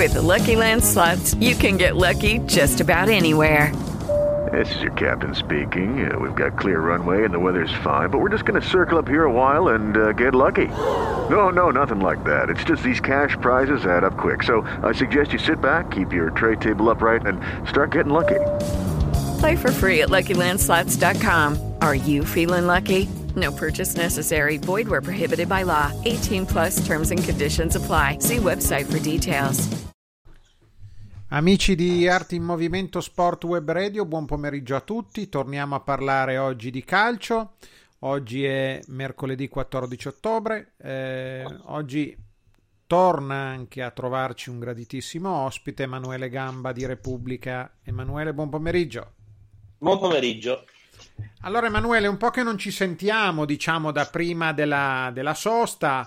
With the Lucky Land Slots, you can get lucky just about anywhere. This is your captain speaking. We've got clear runway and the weather's fine, but we're just going to circle up here a while and get lucky. No, nothing like that. It's just these cash prizes add up quick. So I suggest you sit back, keep your tray table upright, and start getting lucky. Play for free at LuckyLandSlots.com. Are you feeling lucky? No purchase necessary. Void where prohibited by law. 18 plus terms and conditions apply. See website for details. Amici di Arti in Movimento Sport Web Radio, buon pomeriggio a tutti. Torniamo a parlare oggi di calcio. Oggi è mercoledì 14 ottobre. Oggi torna anche a trovarci un graditissimo ospite, Emanuele Gamba di Repubblica. Emanuele, buon pomeriggio. Buon pomeriggio. Allora Emanuele, un po' che non ci sentiamo, diciamo da prima della sosta,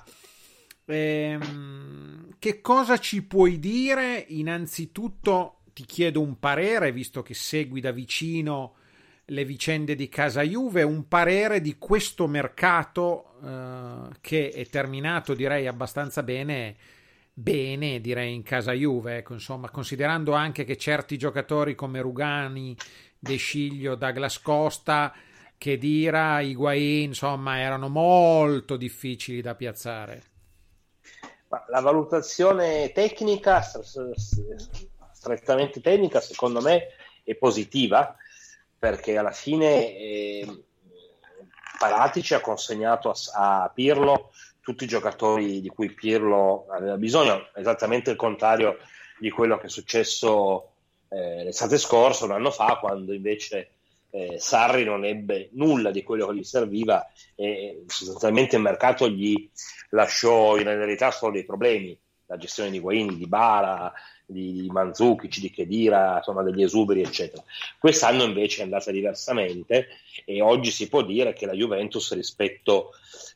che cosa ci puoi dire? Innanzitutto ti chiedo un parere, visto che segui da vicino le vicende di casa Juve, un parere di questo mercato che è terminato, direi, abbastanza bene direi, in casa Juve, ecco, insomma, considerando anche che certi giocatori come Rugani, De Sciglio, Douglas Costa, Khedira, Higuain, insomma, erano molto difficili da piazzare. La valutazione tecnica, strettamente tecnica, secondo me è positiva, perché alla fine Paratici ha consegnato a Pirlo tutti i giocatori di cui Pirlo aveva bisogno, esattamente il contrario di quello che è successo l'estate scorsa, un anno fa, quando invece Sarri non ebbe nulla di quello che gli serviva e sostanzialmente il mercato gli lasciò in realtà solo dei problemi, la gestione di Higuain, di Dybala, di Mandzukic, di Khedira, insomma degli esuberi eccetera. Quest'anno invece è andata diversamente e oggi si può dire che la Juventus rispetto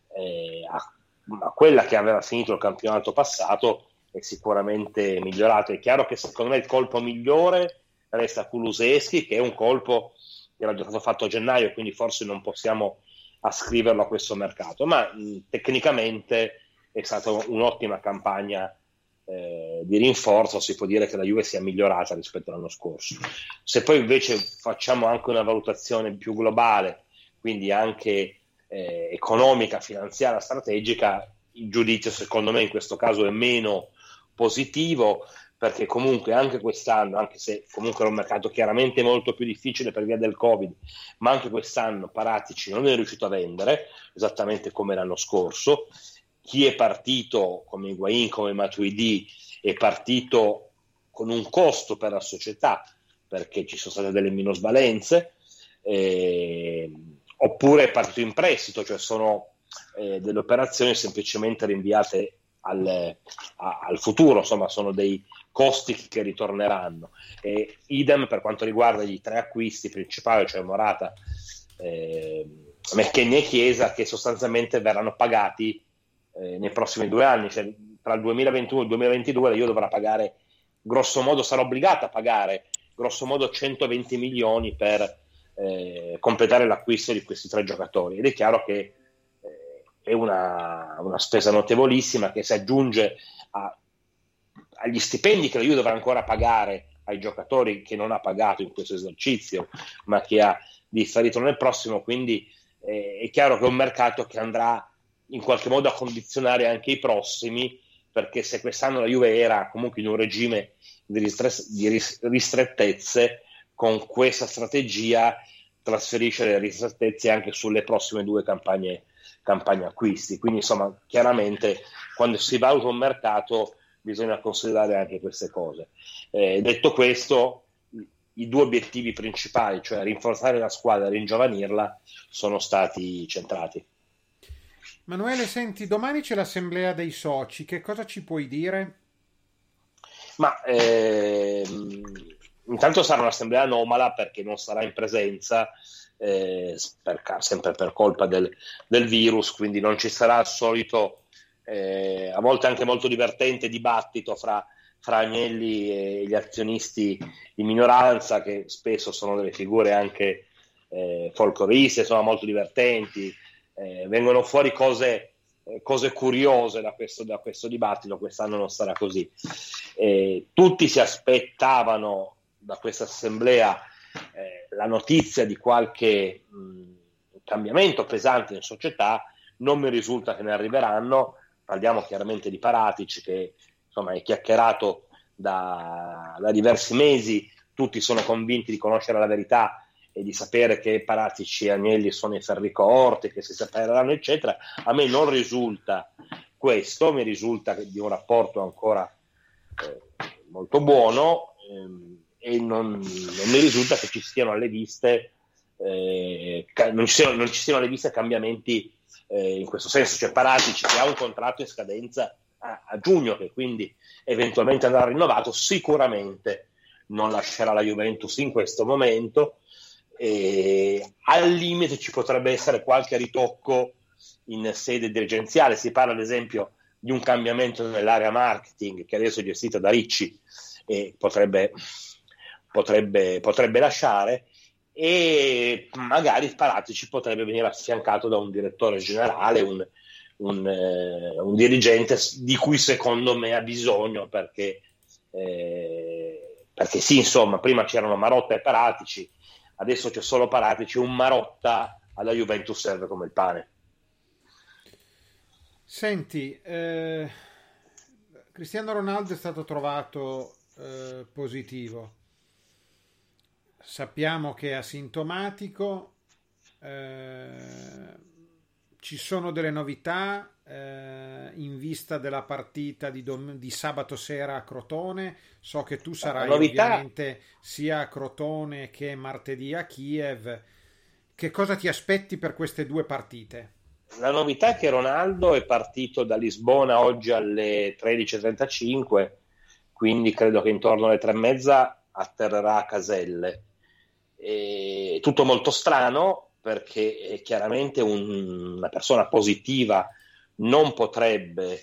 a quella che aveva finito il campionato passato è sicuramente migliorato. È chiaro che secondo me il colpo migliore resta Kulusevski, che è un colpo che era già stato fatto a gennaio, quindi forse non possiamo ascriverlo a questo mercato, ma tecnicamente è stata un'ottima campagna di rinforzo. Si può dire che la Juve sia migliorata rispetto all'anno scorso. Se poi invece facciamo anche una valutazione più globale, quindi anche economica, finanziaria, strategica, il giudizio secondo me in questo caso è meno positivo, perché comunque anche quest'anno, anche se comunque era un mercato chiaramente molto più difficile per via del Covid, ma anche quest'anno Paratici non è riuscito a vendere esattamente come l'anno scorso. Chi è partito come Higuain, come Matuidi, è partito con un costo per la società, perché ci sono state delle minusvalenze, oppure è partito in prestito, cioè sono delle operazioni semplicemente rinviate al futuro, insomma sono dei costi che ritorneranno. Idem per quanto riguarda i tre acquisti principali, cioè Morata, McKennie e Chiesa, che sostanzialmente verranno pagati nei prossimi 2 anni, cioè tra il 2021 e il 2022 io dovrà pagare, grosso modo sarà obbligata a pagare grosso modo 120 milioni per completare l'acquisto di questi 3 giocatori, ed è chiaro che è una spesa notevolissima che si aggiunge agli stipendi che la Juve dovrà ancora pagare ai giocatori che non ha pagato in questo esercizio ma che ha differito nel prossimo. Quindi è chiaro che è un mercato che andrà in qualche modo a condizionare anche i prossimi, perché se quest'anno la Juve era comunque in un regime di ristrettezze, con questa strategia trasferisce le ristrettezze anche sulle prossime 2 campagne acquisti. Quindi insomma chiaramente quando si valuta un mercato bisogna considerare anche queste cose. Detto questo, i 2 obiettivi principali, cioè rinforzare la squadra e ringiovanirla, sono stati centrati. Manuele, senti, domani c'è l'assemblea dei soci, che cosa ci puoi dire? Ma intanto sarà un'assemblea anomala perché non sarà in presenza, sempre per colpa del virus, quindi non ci sarà il solito, a volte anche molto divertente, dibattito fra Agnelli e gli azionisti di minoranza, che spesso sono delle figure anche folcloriste, sono molto divertenti, vengono fuori cose cose curiose da questo dibattito. Quest'anno non sarà così. Tutti si aspettavano da questa assemblea la notizia di qualche cambiamento pesante in società. Non mi risulta che ne arriveranno. Parliamo chiaramente di Paratici, che insomma è chiacchierato da diversi mesi. Tutti sono convinti di conoscere la verità e di sapere che Paratici e Agnelli sono i ferri corti, che si separeranno, eccetera. A me non risulta questo, mi risulta di un rapporto ancora molto buono, e non mi risulta che ci siano alle viste non ci siano alle viste cambiamenti in questo senso. Cioè Paratici, che ha un contratto in scadenza a giugno, che quindi eventualmente andrà rinnovato, sicuramente non lascerà la Juventus in questo momento. Al limite ci potrebbe essere qualche ritocco in sede dirigenziale. Si parla ad esempio di un cambiamento nell'area marketing, che adesso è gestita da Ricci, e potrebbe lasciare, e magari Paratici potrebbe venire affiancato da un direttore generale, un dirigente di cui secondo me ha bisogno, perché sì, insomma, prima c'erano Marotta e Paratici, adesso c'è solo Paratici. Un Marotta alla Juventus serve come il pane. Senti, Cristiano Ronaldo è stato trovato positivo. Sappiamo che è asintomatico. Ci sono delle novità in vista della partita di sabato sera a Crotone. So che tu sarai ovviamente sia a Crotone che martedì a Kiev. Che cosa ti aspetti per queste due partite? La novità è che Ronaldo è partito da Lisbona oggi alle 13:35, quindi credo che intorno alle 3:30 atterrerà a Caselle. È tutto molto strano, perché chiaramente una persona positiva non potrebbe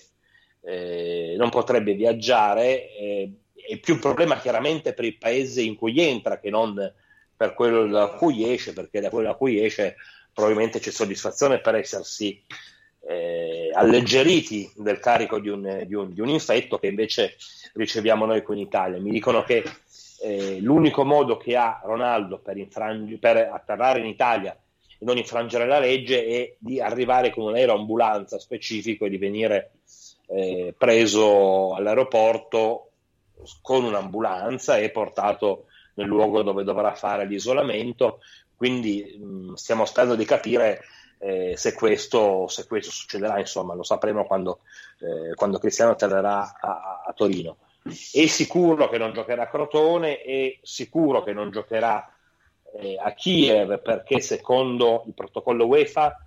viaggiare. È più un problema chiaramente per il paese in cui entra che non per quello da cui esce, perché da quello da cui esce probabilmente c'è soddisfazione per essersi alleggeriti del carico di un infetto che invece riceviamo noi qui in Italia. Mi dicono che l'unico modo che ha Ronaldo per atterrare in Italia e non infrangere la legge è di arrivare con un aeroambulanza specifico e di venire preso all'aeroporto con un'ambulanza e portato nel luogo dove dovrà fare l'isolamento. Quindi stiamo aspettando di capire se questo succederà. Insomma, lo sapremo quando Cristiano atterrerà a Torino. È sicuro che non giocherà a Crotone, è sicuro che non giocherà a Kiev, perché secondo il protocollo UEFA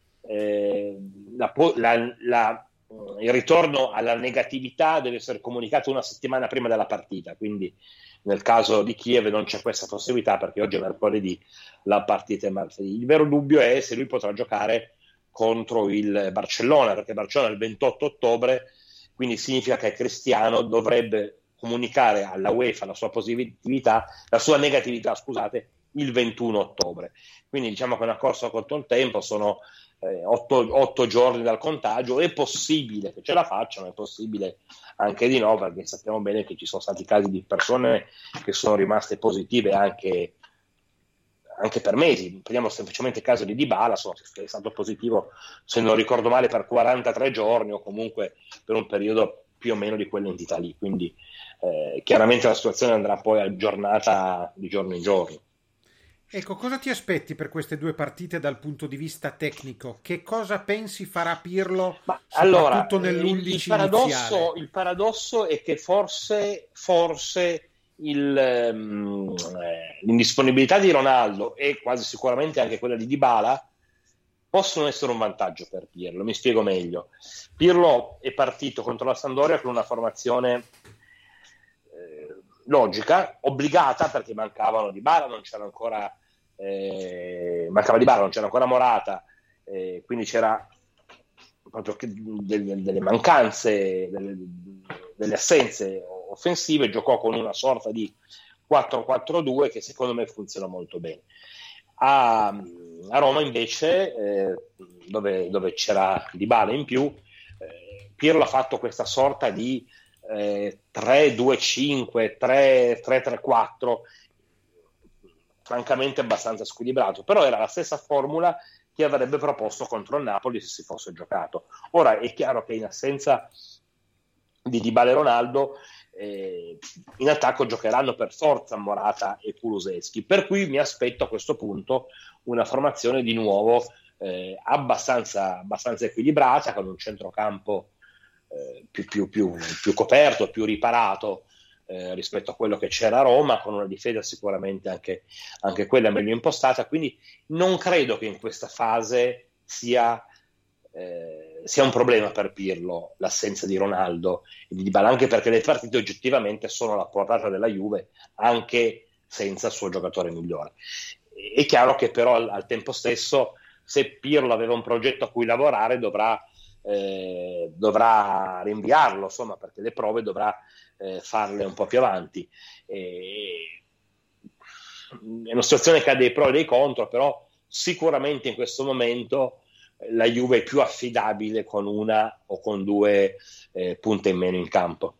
il ritorno alla negatività deve essere comunicato una settimana prima della partita. Quindi nel caso di Kiev non c'è questa possibilità, perché oggi è mercoledì, la partita è martedì. Il vero dubbio è se lui potrà giocare contro il Barcellona, perché Barcellona è il 28 ottobre, quindi significa che Cristiano dovrebbe comunicare alla UEFA la sua negatività, scusate, il 21 ottobre. Quindi diciamo che è una corsa contro il tempo, sono 8 giorni dal contagio. È possibile che ce la facciano, è possibile anche di no, perché sappiamo bene che ci sono stati casi di persone che sono rimaste positive anche per mesi. Prendiamo semplicemente il caso di Dybala, che è stato positivo, se non ricordo male, per 43 giorni o comunque per un periodo più o meno di quell'entità lì. Quindi chiaramente la situazione andrà poi aggiornata di giorno in giorno. Ecco, cosa ti aspetti per queste due partite dal punto di vista tecnico? Che cosa pensi farà Pirlo, soprattutto nell'11 iniziale? Il paradosso è che forse l'indisponibilità di Ronaldo e quasi sicuramente anche quella di Dybala possono essere un vantaggio per Pirlo. Mi spiego meglio. Pirlo è partito contro la Sampdoria con una formazione logica, obbligata, perché mancavano Dybala, non c'era ancora Morata, quindi c'era proprio delle mancanze, delle assenze offensive. Giocò con una sorta di 4-4-2 che secondo me funziona molto bene. Ha A Roma invece, dove c'era Dybala in più, Pirlo ha fatto questa sorta di 3-2-5, 3-3-4, francamente abbastanza squilibrato, però era la stessa formula che avrebbe proposto contro il Napoli se si fosse giocato. Ora è chiaro che in assenza di Dybala e Ronaldo, in attacco giocheranno per forza Morata e Kulusevski, per cui mi aspetto a questo punto una formazione di nuovo abbastanza equilibrata, con un centrocampo più coperto, più riparato rispetto a quello che c'era a Roma, con una difesa sicuramente anche quella meglio impostata, quindi non credo che in questa fase sia un problema per Pirlo l'assenza di Ronaldo e di Dybala, anche perché le partite oggettivamente sono alla portata della Juve anche senza il suo giocatore migliore. È chiaro che però al tempo stesso, se Pirlo aveva un progetto a cui lavorare, dovrà rinviarlo, insomma, perché le prove dovrà farle un po' più avanti. È una situazione che ha dei pro e dei contro, però sicuramente in questo momento la Juve è più affidabile con una o con due punte in meno in campo.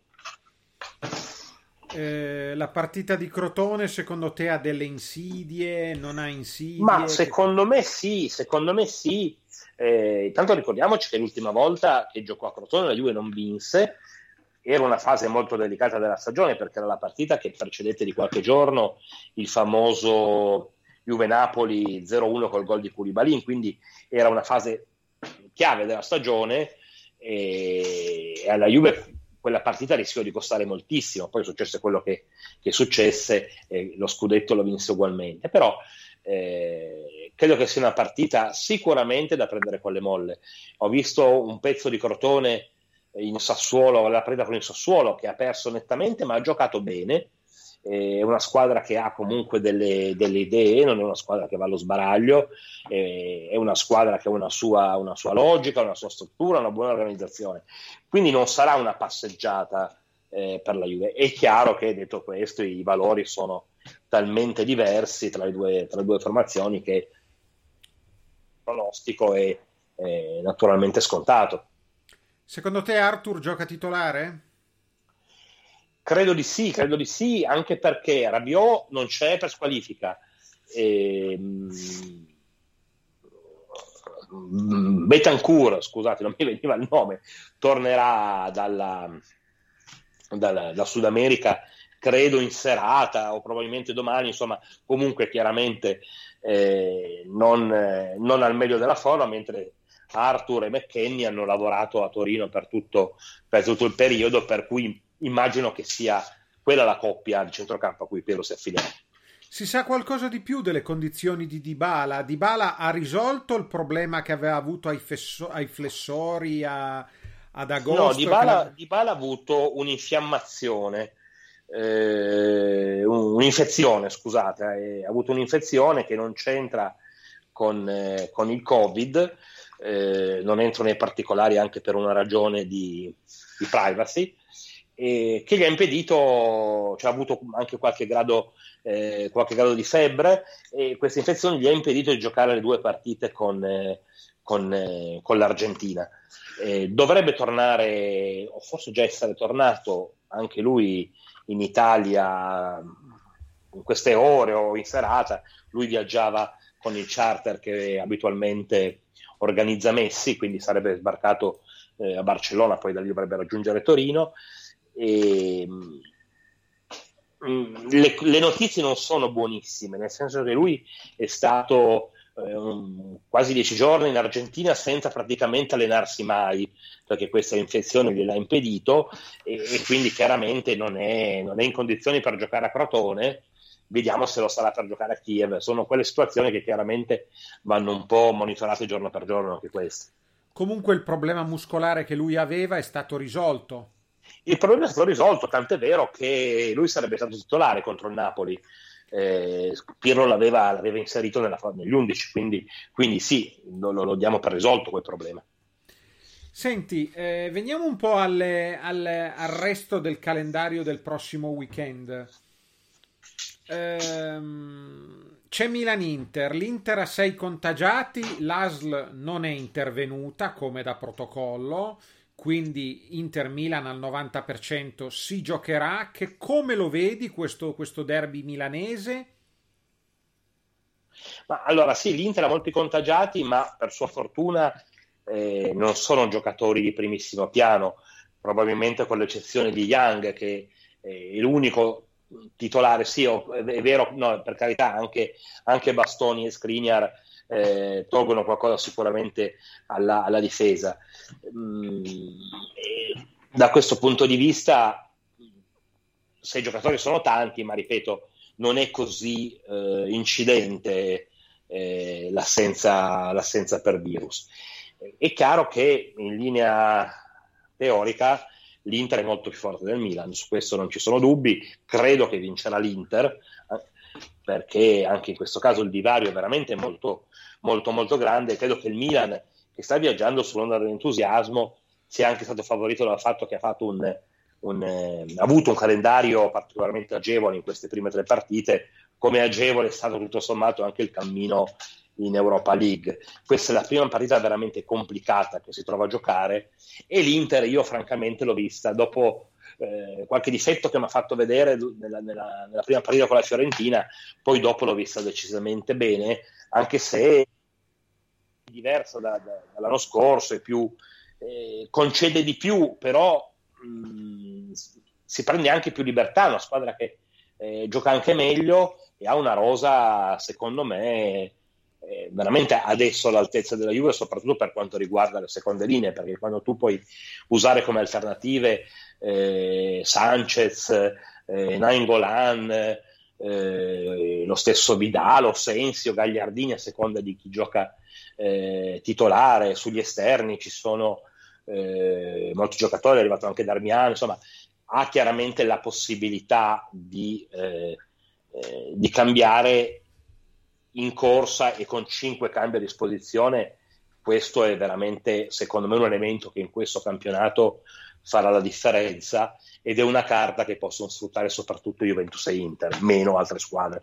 La partita di Crotone secondo te ha delle insidie? Non ha insidie? Ma secondo me sì. Intanto ricordiamoci che l'ultima volta che giocò a Crotone la Juve non vinse. Era una fase molto delicata della stagione, perché era la partita che precedette di qualche giorno il famoso Juve-Napoli 0-1 col gol di Koulibaly, quindi era una fase chiave della stagione e alla Juve quella partita rischiò di costare moltissimo. Poi successe quello che successe, lo scudetto lo vinse ugualmente, però credo che sia una partita sicuramente da prendere con le molle. Ho visto un pezzo di Crotone in Sassuolo, la partita con il Sassuolo, che ha perso nettamente ma ha giocato bene. È una squadra che ha comunque delle idee, non è una squadra che va allo sbaraglio, è una squadra che ha una sua logica, una sua struttura, una buona organizzazione, quindi non sarà una passeggiata per la Juve. È chiaro che, detto questo, i valori sono talmente diversi tra le due formazioni che il pronostico è naturalmente scontato. Secondo te Arthur gioca titolare? Credo di sì, anche perché Rabiot non c'è per squalifica. Bentancur, scusate, non mi veniva il nome, tornerà da Sud America, credo in serata o probabilmente domani, insomma, comunque chiaramente non al meglio della forma, mentre Arthur e McKennie hanno lavorato a Torino per tutto il periodo, per cui immagino che sia quella la coppia di centrocampo a cui Pirlo si affiderà. Si sa qualcosa di più delle condizioni di Dybala? Dybala ha risolto il problema che aveva avuto ai flessori ad agosto? No, Dybala ha avuto un'infiammazione, un'infezione, scusate, ha avuto un'infezione che non c'entra con il Covid. Non entro nei particolari anche per una ragione di privacy, che gli ha impedito, cioè ha avuto anche qualche grado di febbre, e questa infezione gli ha impedito di giocare le 2 partite con l'Argentina. Dovrebbe tornare, o forse già essere tornato anche lui in Italia in queste ore o in serata. Lui viaggiava con il charter che abitualmente organizza Messi, quindi sarebbe sbarcato a Barcellona, poi da lì dovrebbe raggiungere Torino. E le notizie non sono buonissime, nel senso che lui è stato quasi 10 giorni in Argentina senza praticamente allenarsi mai, perché questa infezione gliel'ha impedito, e quindi chiaramente non è in condizioni per giocare a Crotone. Vediamo se lo sarà per giocare a Kiev. Sono quelle situazioni che chiaramente vanno un po' monitorate giorno per giorno anche queste. Comunque il problema muscolare che lui aveva è stato risolto. Il problema è stato risolto, tant'è vero che lui sarebbe stato titolare contro il Napoli. Pirlo l'aveva inserito negli 11, quindi sì, lo diamo per risolto quel problema. Senti, veniamo un po' al resto del calendario del prossimo weekend. C'è Milan-Inter, l'Inter ha 6 contagiati, l'ASL non è intervenuta come da protocollo, quindi Inter-Milan al 90% si giocherà. Che come lo vedi questo derby milanese? Ma allora sì, l'Inter ha molti contagiati, ma per sua fortuna non sono giocatori di primissimo piano, probabilmente con l'eccezione di Young, che è l'unico titolare. Sì, è vero, no, per carità, anche Bastoni e Skriniar tolgono qualcosa sicuramente alla difesa. Da questo punto di vista 6 giocatori sono tanti, ma ripeto, non è così incidente l'assenza per virus. È chiaro che in linea teorica l'Inter è molto più forte del Milan, su questo non ci sono dubbi. Credo che vincerà l'Inter, perché anche in questo caso il divario è veramente molto, molto, molto grande. Credo che il Milan, che sta viaggiando sull'onda dell'entusiasmo, sia anche stato favorito dal fatto che ha fatto ha avuto un calendario particolarmente agevole in queste prime 3 partite, come agevole è stato tutto sommato anche il cammino in Europa League. Questa è la prima partita veramente complicata che si trova a giocare, e l'Inter io francamente l'ho vista dopo qualche difetto che mi ha fatto vedere nella prima partita con la Fiorentina, poi dopo l'ho vista decisamente bene, anche se è diversa dall'anno scorso, è più concede di più, però si prende anche più libertà, una squadra che gioca anche meglio e ha una rosa secondo me veramente adesso all'altezza della Juve, soprattutto per quanto riguarda le seconde linee, perché quando tu puoi usare come alternative Sanchez, Nainggolan, lo stesso Vidal, Sensio, Gagliardini, a seconda di chi gioca titolare. Sugli esterni ci sono molti giocatori, è arrivato anche Darmian, insomma ha chiaramente la possibilità di cambiare in corsa, e con 5 cambi a disposizione questo è veramente secondo me un elemento che in questo campionato farà la differenza, ed è una carta che possono sfruttare soprattutto Juventus e Inter, meno altre squadre.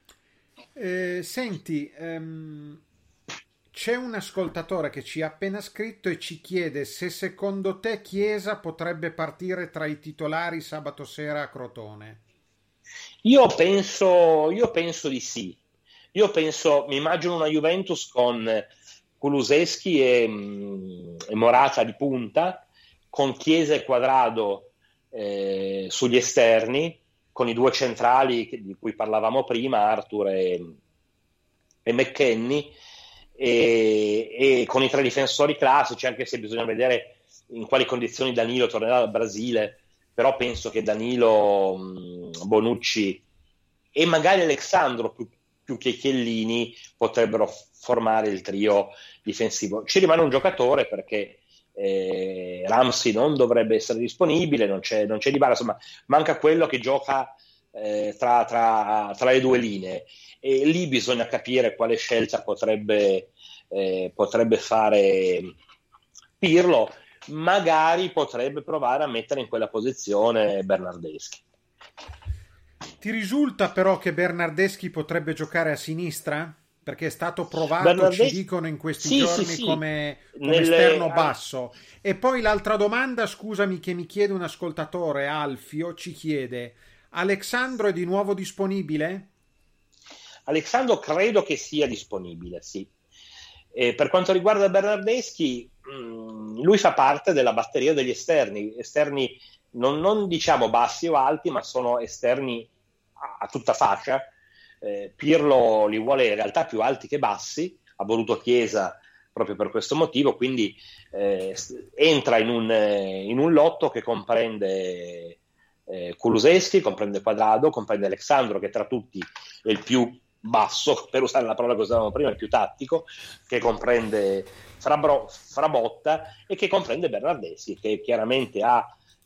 Senti, c'è un ascoltatore che ci ha appena scritto e ci chiede se secondo te Chiesa potrebbe partire tra i titolari sabato sera a Crotone. Io penso di sì. Mi immagino una Juventus con Kulusevski e Morata di punta, con Chiesa e Quadrado sugli esterni, con i 2 centrali di cui parlavamo prima, Arthur e McKennie, e con i 3 difensori classici, anche se bisogna vedere in quali condizioni Danilo tornerà dal Brasile, però penso che Danilo, Bonucci e magari Alexandro più che Chiellini potrebbero formare il trio difensivo. Ci rimane un giocatore, perché Ramsey non dovrebbe essere disponibile, non c'è Dybala, insomma manca quello che gioca tra le 2 linee, e lì bisogna capire quale scelta potrebbe fare Pirlo. Magari potrebbe provare a mettere in quella posizione Bernardeschi. Ti risulta però che Bernardeschi potrebbe giocare a sinistra? Perché è stato provato, ci dicono in questi giorni, sì. come esterno basso. E poi l'altra domanda, scusami, che mi chiede un ascoltatore, Alfio, ci chiede: Alexandro è di nuovo disponibile? Alexandro credo che sia disponibile, sì. Per quanto riguarda Bernardeschi, lui fa parte della batteria degli esterni non diciamo bassi o alti, ma sono esterni a tutta fascia. Pirlo li vuole in realtà più alti che bassi, ha voluto Chiesa proprio per questo motivo, quindi entra in un lotto che comprende Kulusevski, comprende Quadrado, comprende Alexandro, che tra tutti è il più basso, per usare la parola che usavamo prima, il più tattico, che comprende Frabotta e che comprende Bernardeschi, che chiaramente ha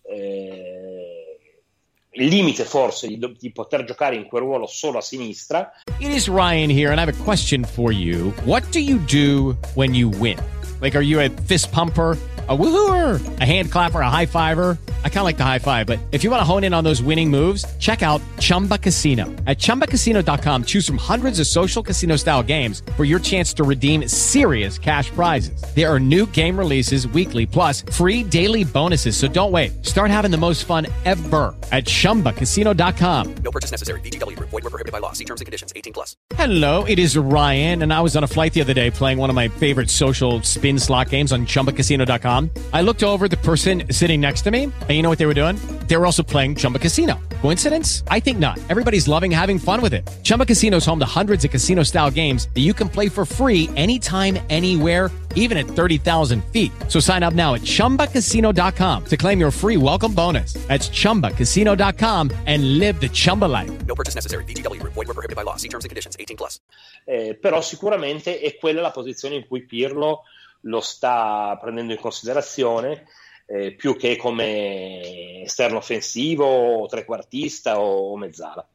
il limite forse di poter giocare in quel ruolo solo a sinistra. It is Ryan here, and I have a question for you. What do you do when you win? Like, are you a fist pumper? A woohooer, a hand clapper, a high fiver. I kind of like the high five, but if you want to hone in on those winning moves, check out Chumba Casino. At ChumbaCasino.com, choose from hundreds of social casino style games for your chance to redeem serious cash prizes. There are new game releases weekly, plus free daily bonuses. So don't wait. Start having the most fun ever at ChumbaCasino.com. No purchase necessary. VGW Group. Void where prohibited by law. See terms and conditions. 18+. Hello, it is Ryan, and I was on a flight the other day playing one of my favorite social spin slot games on ChumbaCasino.com. I looked over at the person sitting next to me, and you know what they were doing? They were also playing Chumba Casino. Coincidence? I think not. Everybody's loving having fun with it. Chumba Casino is home to hundreds of casino-style games that you can play for free anytime, anywhere, even at 30,000 feet. So sign up now at ChumbaCasino.com to claim your free welcome bonus. That's ChumbaCasino.com and live the Chumba life. No purchase necessary. VGW Group. Void where prohibited by law. See terms and conditions. 18+. Però sicuramente è quella la posizione in cui Pirlo lo sta prendendo in considerazione, più che come esterno offensivo, trequartista o mezzala.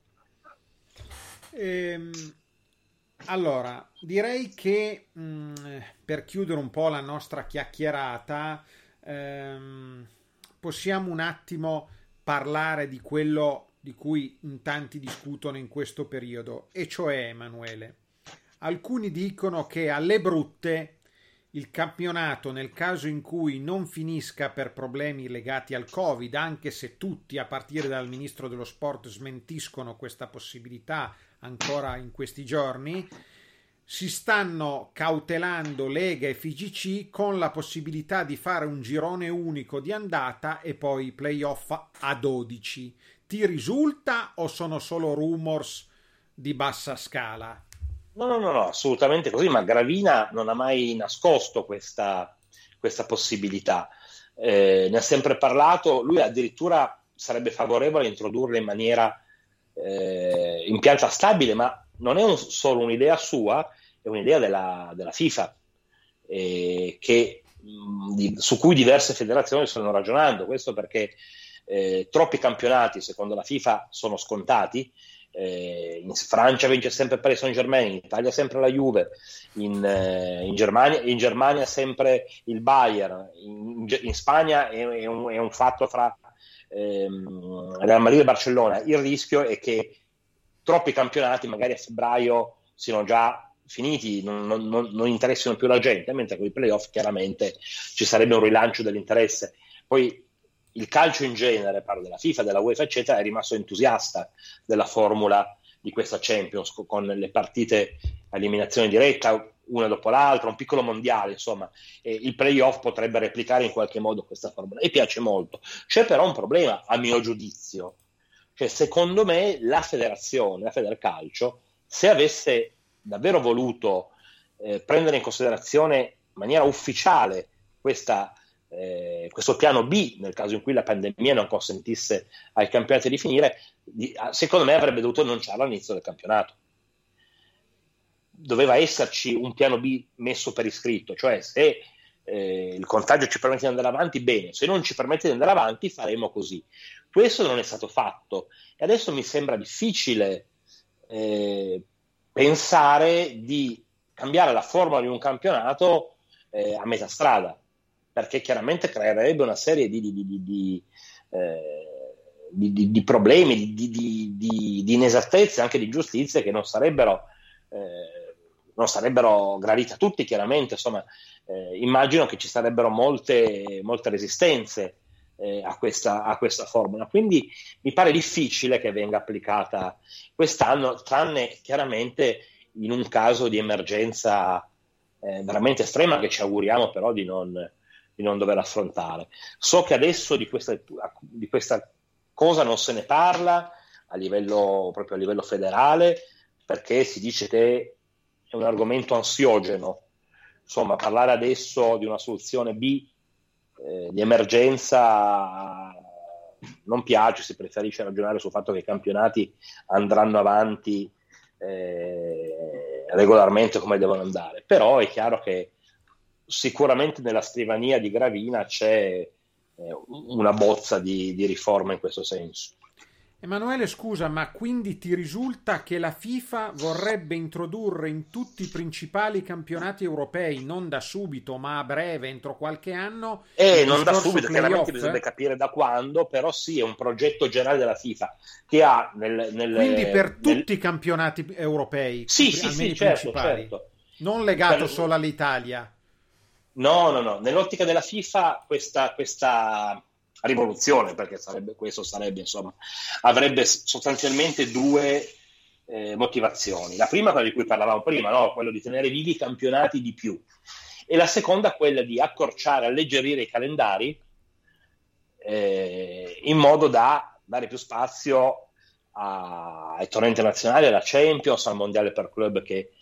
Allora, direi che per chiudere un po' la nostra chiacchierata, possiamo un attimo parlare di quello di cui in tanti discutono in questo periodo, e cioè, Emanuele, alcuni dicono che alle brutte il campionato, nel caso in cui non finisca per problemi legati al Covid, anche se tutti, a partire dal ministro dello sport, smentiscono questa possibilità ancora in questi giorni, si stanno cautelando Lega e FIGC con la possibilità di fare un girone unico di andata e poi playoff a 12. Ti risulta o sono solo rumors di bassa scala? No, assolutamente così, ma Gravina non ha mai nascosto questa possibilità. Ne ha sempre parlato, lui addirittura sarebbe favorevole a introdurla in maniera in pianta stabile, ma non è solo un'idea sua, è un'idea della FIFA, su cui diverse federazioni stanno ragionando. Questo perché troppi campionati, secondo la FIFA, sono scontati. In Francia vince sempre Paris Saint-Germain, in Italia sempre la Juve, in Germania sempre il Bayern, in Spagna è un fatto fra Real Madrid e Barcellona. Il rischio è che troppi campionati magari a febbraio siano già finiti, non interessino più la gente, mentre con i playoff chiaramente ci sarebbe un rilancio dell'interesse. Poi il calcio in genere, parlo della FIFA, della UEFA eccetera, è rimasto entusiasta della formula di questa Champions, con le partite a eliminazione diretta una dopo l'altra, un piccolo mondiale, insomma. Il playoff potrebbe replicare in qualche modo questa formula e piace molto. C'è però un problema, a mio giudizio, cioè secondo me la Federcalcio, se avesse davvero voluto prendere in considerazione in maniera ufficiale questo piano B, nel caso in cui la pandemia non consentisse ai campionati di finire, secondo me avrebbe dovuto annunciarlo all'inizio del campionato. Doveva esserci un piano B messo per iscritto, cioè se il contagio ci permette di andare avanti, bene, se non ci permette di andare avanti faremo così. Questo non è stato fatto e adesso mi sembra difficile pensare di cambiare la formula di un campionato a metà strada, perché chiaramente creerebbe una serie di problemi, di inesattezze, anche di ingiustizie che non sarebbero gradite a tutti, chiaramente. Insomma, immagino che ci sarebbero molte resistenze a questa formula, quindi mi pare difficile che venga applicata quest'anno, tranne chiaramente in un caso di emergenza veramente estrema, che ci auguriamo però di non dover affrontare. So che adesso di questa cosa non se ne parla proprio a livello federale, perché si dice che è un argomento ansiogeno. Insomma, parlare adesso di una soluzione B di emergenza non piace, si preferisce ragionare sul fatto che i campionati andranno avanti regolarmente come devono andare. Però è chiaro che sicuramente nella scrivania di Gravina c'è una bozza di riforma in questo senso. Emanuele, scusa, ma quindi ti risulta che la FIFA vorrebbe introdurre in tutti i principali campionati europei, non da subito, ma a breve, entro qualche anno, il Non da discorso subito, playoff? chiaramente bisogna capire da quando, però sì, è un progetto generale della FIFA che ha Quindi per tutti i campionati europei, Sì, almeno i certo, principali, certo. non legato solo all'Italia. No. Nell'ottica della FIFA questa rivoluzione, perché questo sarebbe, insomma, avrebbe sostanzialmente due motivazioni. La prima, quella di cui parlavamo prima, no? Quello di tenere vivi i campionati di più. E la seconda, quella di accorciare, alleggerire i calendari in modo da dare più spazio ai tornei internazionali, alla Champions, al mondiale per club che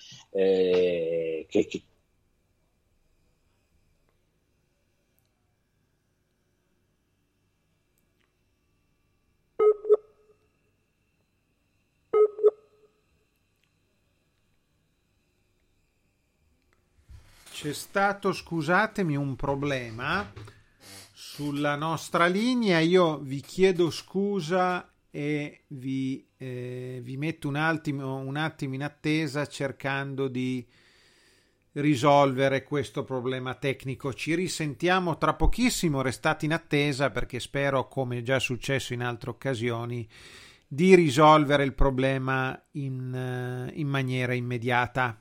C'è stato, scusatemi, un problema sulla nostra linea. Io vi chiedo scusa e vi metto un attimo in attesa cercando di risolvere questo problema tecnico. Ci risentiamo tra pochissimo, restate in attesa perché spero, come già successo in altre occasioni, di risolvere il problema in maniera immediata.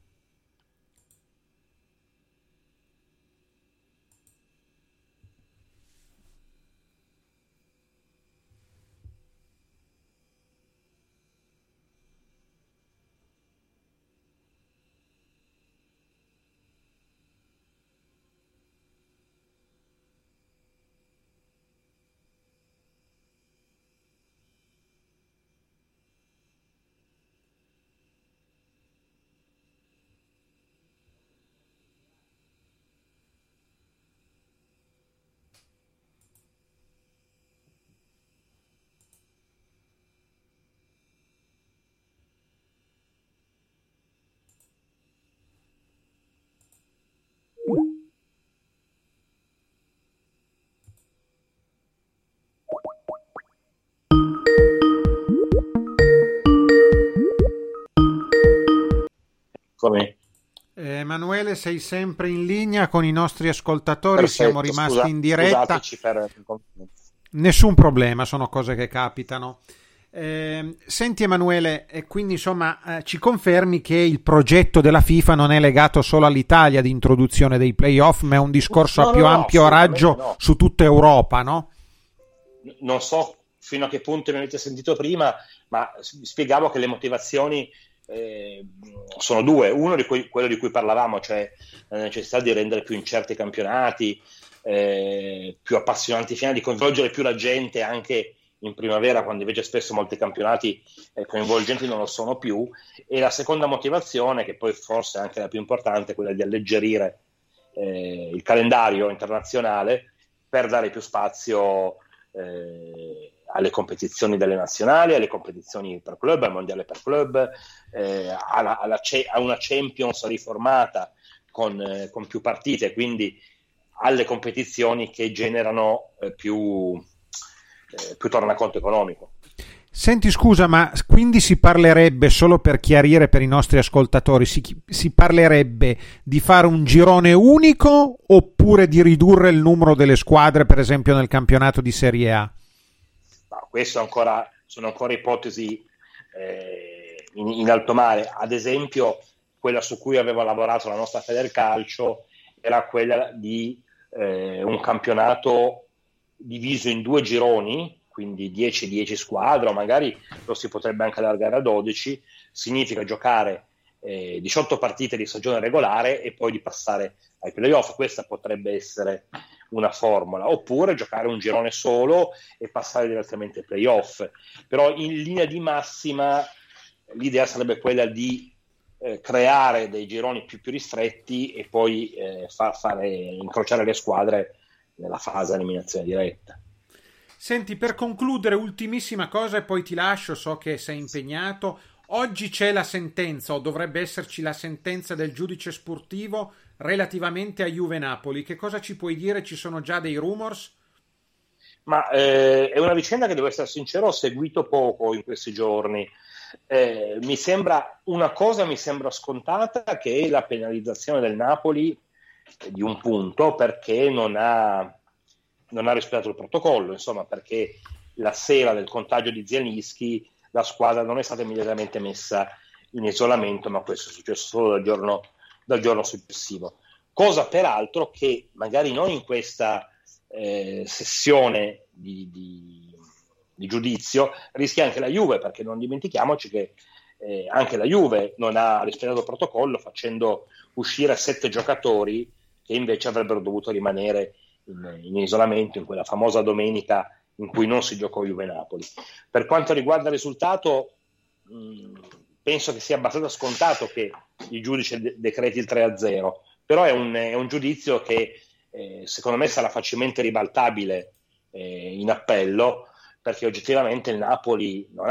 come Emanuele, sei sempre in linea con i nostri ascoltatori. Perfetto, Siamo rimasti in diretta. Scusateci per Nessun problema, sono cose che capitano. Senti Emanuele, quindi insomma ci confermi che il progetto della FIFA non è legato solo all'Italia di introduzione dei playoff, ma è un discorso a più ampio raggio su tutta Europa, no? Non so fino a che punto mi avete sentito prima, ma spiegavo che le motivazioni sono due. Uno quello di cui parlavamo, cioè la necessità di rendere più incerti i campionati, più appassionanti i finali, di coinvolgere più la gente anche in primavera, quando invece spesso molti campionati coinvolgenti non lo sono più. E la seconda motivazione, che poi forse è anche la più importante, è quella di alleggerire il calendario internazionale per dare più spazio alle competizioni delle nazionali, alle competizioni per club, al mondiale per club, a una Champions riformata con più partite, quindi alle competizioni che generano più tornaconto economico. Senti, scusa, ma quindi si parlerebbe, solo per chiarire per i nostri ascoltatori, si parlerebbe di fare un girone unico oppure di ridurre il numero delle squadre, per esempio nel campionato di Serie A? No, questo sono ancora ipotesi in alto mare. Ad esempio, quella su cui aveva lavorato la nostra Federcalcio era quella di un campionato diviso in due gironi, quindi 10 squadre, o magari lo si potrebbe anche allargare a 12. Significa giocare 18 partite di stagione regolare e poi di passare ai playoff. Questa potrebbe essere una formula, oppure giocare un girone solo e passare direttamente ai playoff. Però in linea di massima l'idea sarebbe quella di creare dei gironi più ristretti e poi fare incrociare le squadre nella fase di eliminazione diretta. Senti, per concludere, ultimissima cosa e poi ti lascio, so che sei impegnato. Oggi c'è la sentenza, o dovrebbe esserci la sentenza del giudice sportivo relativamente a Juve Napoli. Che cosa ci puoi dire? Ci sono già dei rumors? Ma è una vicenda che, devo essere sincero, ho seguito poco in questi giorni. Mi sembra scontata, che è la penalizzazione del Napoli di un punto, perché non ha rispettato il protocollo, insomma, perché la sera del contagio di Zielinski la squadra non è stata immediatamente messa in isolamento, ma questo è successo solo dal giorno successivo. Cosa peraltro che magari non in questa sessione di giudizio rischia anche la Juve, perché non dimentichiamoci che anche la Juve non ha rispettato il protocollo, facendo uscire 7 giocatori che invece avrebbero dovuto rimanere in isolamento in quella famosa domenica in cui non si giocò Juve-Napoli. Per quanto riguarda il risultato, penso che sia abbastanza scontato che il giudice decreti il 3-0, però è un giudizio che secondo me sarà facilmente ribaltabile in appello, perché oggettivamente il Napoli non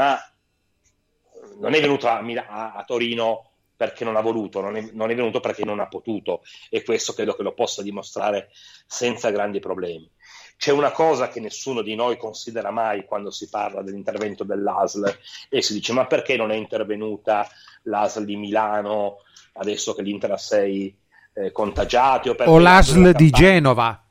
è venuto a Torino perché non ha voluto, non è venuto perché non ha potuto, e questo credo che lo possa dimostrare senza grandi problemi. C'è una cosa che nessuno di noi considera mai quando si parla dell'intervento dell'ASL, e si dice: ma perché non è intervenuta l'ASL di Milano adesso che l'Inter ha 6 contagiati, o l'ASL di Genova,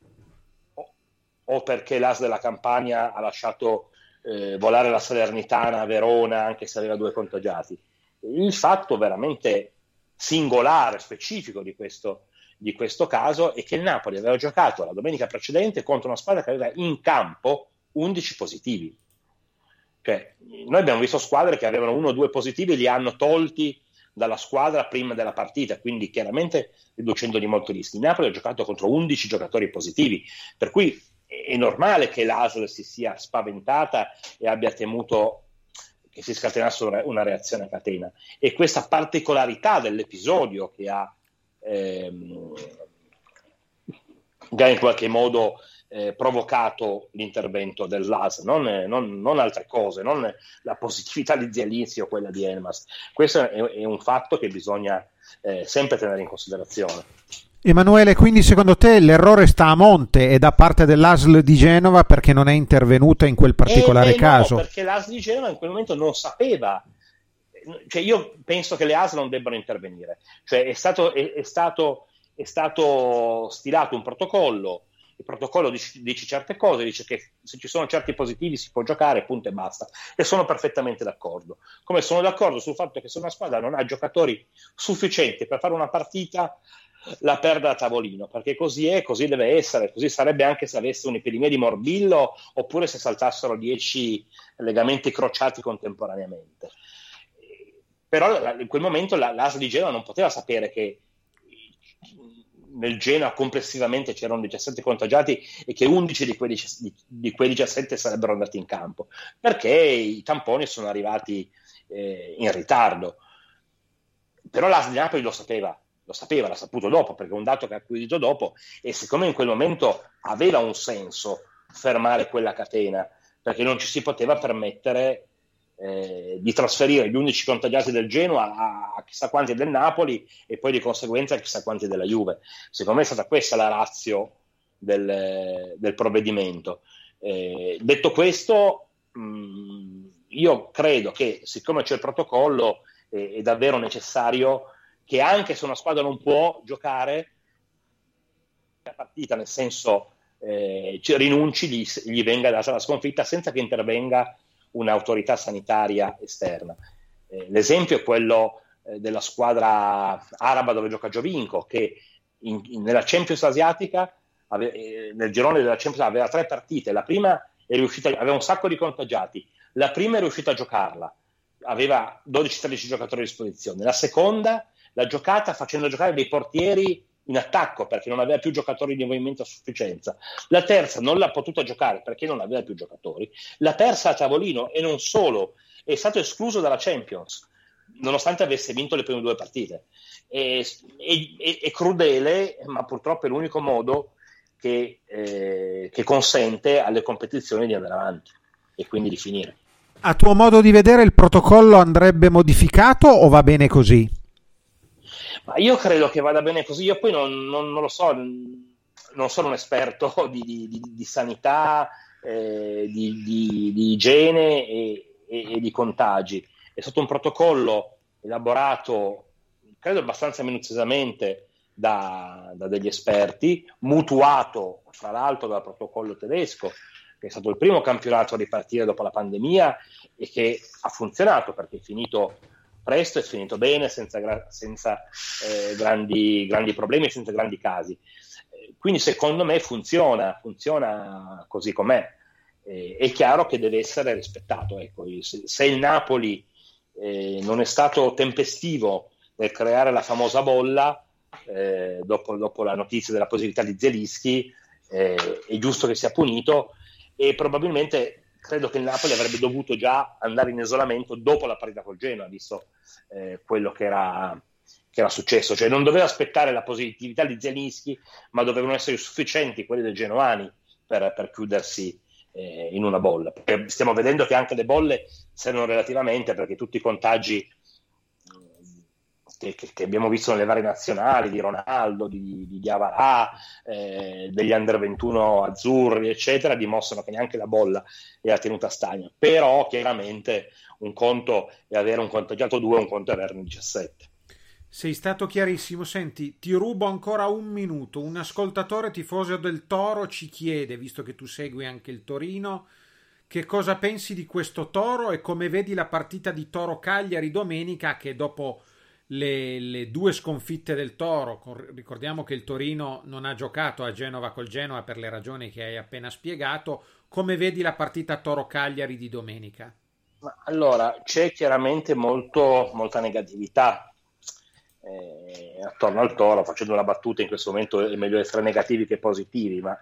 o perché l'ASL della Campania ha lasciato volare la Salernitana a Verona anche se aveva 2 contagiati. Il fatto veramente singolare, specifico di questo caso è che il Napoli aveva giocato la domenica precedente contro una squadra che aveva in campo 11 positivi. Cioè, noi abbiamo visto squadre che avevano 1 o 2 positivi e li hanno tolti dalla squadra prima della partita, quindi chiaramente riducendo di molto i rischi. Il Napoli ha giocato contro 11 giocatori positivi, per cui è normale che l'ASL si sia spaventata e abbia temuto che si scatenasse una reazione a catena. E questa particolarità dell'episodio che ha in qualche modo provocato l'intervento dell'ASL, non altre cose, non la positività di Zielinski o quella di Elmas. Questo è un fatto che bisogna sempre tenere in considerazione. Emanuele, quindi secondo te l'errore sta a monte e da parte dell'ASL di Genova perché non è intervenuta in quel particolare caso? No, perché l'ASL di Genova in quel momento non sapeva. Cioè, io penso che le ASL non debbano intervenire. Cioè, è stato stilato un protocollo. Il protocollo dice certe cose, dice che se ci sono certi positivi si può giocare, punto e basta, e sono perfettamente d'accordo. Come sono d'accordo sul fatto che se una squadra non ha giocatori sufficienti per fare una partita, la perde a tavolino, perché così è, così deve essere, così sarebbe anche se avesse un'epidemia di morbillo oppure se saltassero 10 legamenti crociati contemporaneamente. Però in quel momento l'ASL di Genova non poteva sapere che nel Genoa complessivamente c'erano 17 contagiati e che 11 di quei 17 sarebbero andati in campo, perché i tamponi sono arrivati in ritardo. Però l'ASL di Napoli l'ha saputo dopo, perché è un dato che ha acquisito dopo, e siccome in quel momento aveva un senso fermare quella catena, perché non ci si poteva permettere di trasferire gli 11 contagiati del Genoa a chissà quanti del Napoli e poi di conseguenza a chissà quanti della Juve. Secondo me è stata questa la ratio del provvedimento. Detto questo, io credo che siccome c'è il protocollo è davvero necessario che anche se una squadra non può giocare la partita, nel senso rinunci, gli venga data la sconfitta senza che intervenga un'autorità sanitaria esterna. L'esempio è quello della squadra araba dove gioca Giovinco, che nella Champions asiatica, nel girone della Champions aveva 3 partite, la prima aveva un sacco di contagiati, la prima è riuscita a giocarla, aveva 12-13 giocatori a disposizione, la seconda l'ha giocata facendo giocare dei portieri in attacco perché non aveva più giocatori di movimento a sufficienza, la terza non l'ha potuta giocare perché non aveva più giocatori, la persa a tavolino, e non solo, è stato escluso dalla Champions nonostante avesse vinto le prime 2 partite. È crudele, ma purtroppo è l'unico modo che consente alle competizioni di andare avanti e quindi di finire. A tuo modo di vedere il protocollo andrebbe modificato o va bene così? Ma io credo che vada bene così. Io poi non lo so, non sono un esperto di sanità, di igiene e di contagi. È stato un protocollo elaborato, credo abbastanza minuziosamente da degli esperti, mutuato fra l'altro dal protocollo tedesco, che è stato il primo campionato a ripartire dopo la pandemia e che ha funzionato perché è finito presto, è finito bene, senza grandi problemi, senza grandi casi. Quindi secondo me funziona così com'è. È chiaro che deve essere rispettato. Ecco, se il Napoli non è stato tempestivo nel creare la famosa bolla, dopo la notizia della positività di Zielinski, è giusto che sia punito, e probabilmente credo che il Napoli avrebbe dovuto già andare in isolamento dopo la partita col Genoa, visto quello che era successo. Cioè non doveva aspettare la positività di Zielinski, ma dovevano essere sufficienti quelli dei genoani per chiudersi in una bolla. Perché stiamo vedendo che anche le bolle servono relativamente, perché tutti i contagi che abbiamo visto nelle varie nazionali, di Ronaldo, di Diawara, degli under 21 azzurri, eccetera, dimostrano che neanche la bolla è la tenuta stagna. Però chiaramente un conto è avere un contagiato 2, un conto è averne 17. Sei stato chiarissimo. Senti, ti rubo ancora un minuto. Un ascoltatore tifoso del Toro ci chiede, visto che tu segui anche il Torino, che cosa pensi di questo Toro e come vedi la partita di Toro-Cagliari domenica, che dopo le 2 sconfitte del Toro, ricordiamo che il Torino non ha giocato a Genova col Genoa per le ragioni che hai appena spiegato, come vedi la partita Toro-Cagliari di domenica? Allora, c'è chiaramente molta negatività attorno al Toro. Facendo una battuta, in questo momento è meglio essere negativi che positivi, ma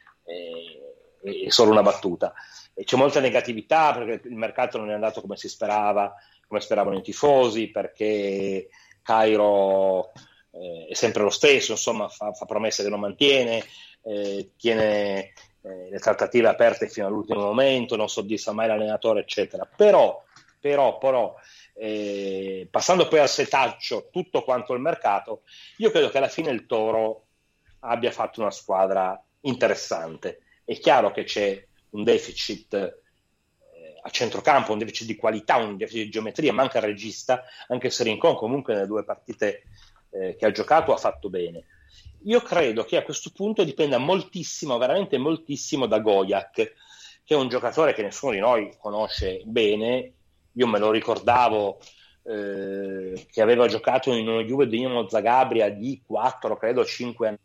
è solo una battuta. E c'è molta negatività perché il mercato non è andato come si sperava, come speravano i tifosi, perché Cairo è sempre lo stesso, insomma fa promesse che non mantiene, tiene le trattative aperte fino all'ultimo momento, non soddisfa mai l'allenatore, eccetera. Però passando poi al setaccio tutto quanto il mercato, io credo che alla fine il Toro abbia fatto una squadra interessante. È chiaro che c'è un deficit a centrocampo, un deficit di qualità, un deficit di geometria, manca il regista, anche se Rincon comunque nelle 2 partite che ha giocato ha fatto bene. Io credo che a questo punto dipenda moltissimo, veramente moltissimo, da Gojak, che è un giocatore che nessuno di noi conosce bene. Io me lo ricordavo che aveva giocato in una Juve di Dinamo Zagabria di 4, credo 5 anni,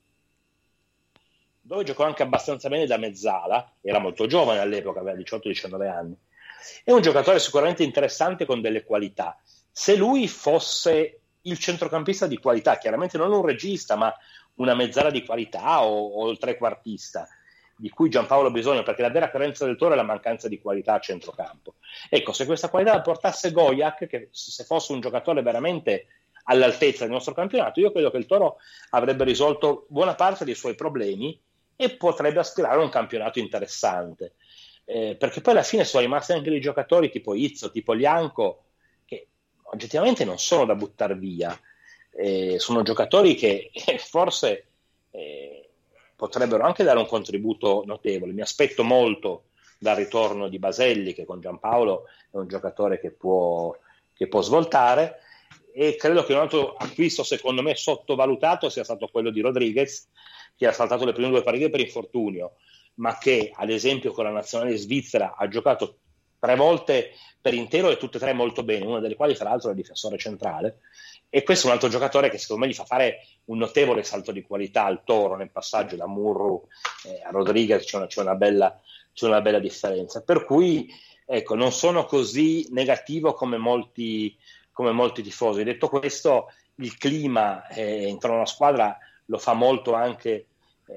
dove giocò anche abbastanza bene da mezzala, era molto giovane all'epoca, aveva 18-19 anni. È un giocatore sicuramente interessante con delle qualità. Se lui fosse il centrocampista di qualità, chiaramente non un regista, ma una mezzala di qualità o il trequartista, di cui Giampaolo ha bisogno, perché la vera carenza del Toro è la mancanza di qualità a centrocampo. Ecco, se questa qualità la portasse Gojak, che se fosse un giocatore veramente all'altezza del nostro campionato, io credo che il Toro avrebbe risolto buona parte dei suoi problemi e potrebbe aspirare a un campionato interessante. Perché poi alla fine sono rimasti anche dei giocatori tipo Izzo, tipo Lianco, che oggettivamente non sono da buttare via. Sono giocatori che forse potrebbero anche dare un contributo notevole. Mi aspetto molto dal ritorno di Baselli, che con Giampaolo è un giocatore che può svoltare, e credo che un altro acquisto secondo me sottovalutato sia stato quello di Rodriguez, che ha saltato le prime 2 partite per infortunio, ma che ad esempio con la nazionale svizzera ha giocato 3 volte per intero e tutte e 3 molto bene, una delle quali tra l'altro è il difensore centrale. E questo è un altro giocatore che secondo me gli fa fare un notevole salto di qualità al Toro nel passaggio da Murru a Rodriguez. C'è una bella differenza, per cui ecco, non sono così negativo come molti tifosi. Detto questo, il clima intorno alla squadra lo fa molto anche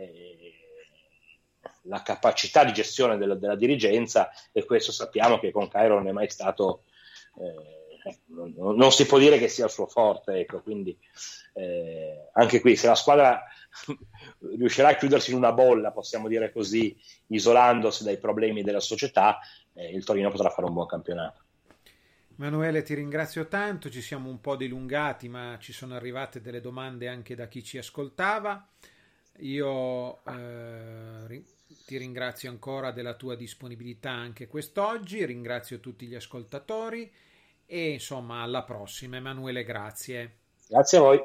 la capacità di gestione della dirigenza, e questo sappiamo che con Cairo non è mai stato, non si può dire che sia il suo forte, ecco. Quindi anche qui, se la squadra riuscirà a chiudersi in una bolla, possiamo dire così, isolandosi dai problemi della società, il Torino potrà fare un buon campionato. Emanuele, ti ringrazio tanto, ci siamo un po' dilungati, ma ci sono arrivate delle domande anche da chi ci ascoltava. Io Ti ringrazio ancora della tua disponibilità anche quest'oggi, ringrazio tutti gli ascoltatori e insomma alla prossima. Emanuele, grazie. Grazie a voi.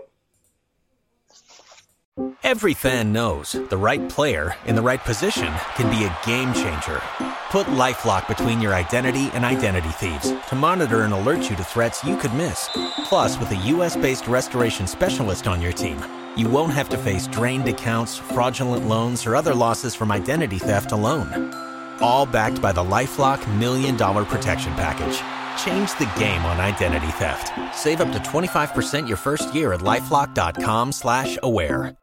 Every fan knows the right player in the right position can be a game changer. Put LifeLock between your identity and identity thieves to monitor and alert you to threats you could miss. Plus, with a US-based restoration specialist on your team, you won't have to face drained accounts, fraudulent loans, or other losses from identity theft alone. All backed by the LifeLock $1 Million Protection Package. Change the game on identity theft. Save up to 25% your first year at LifeLock.com/aware.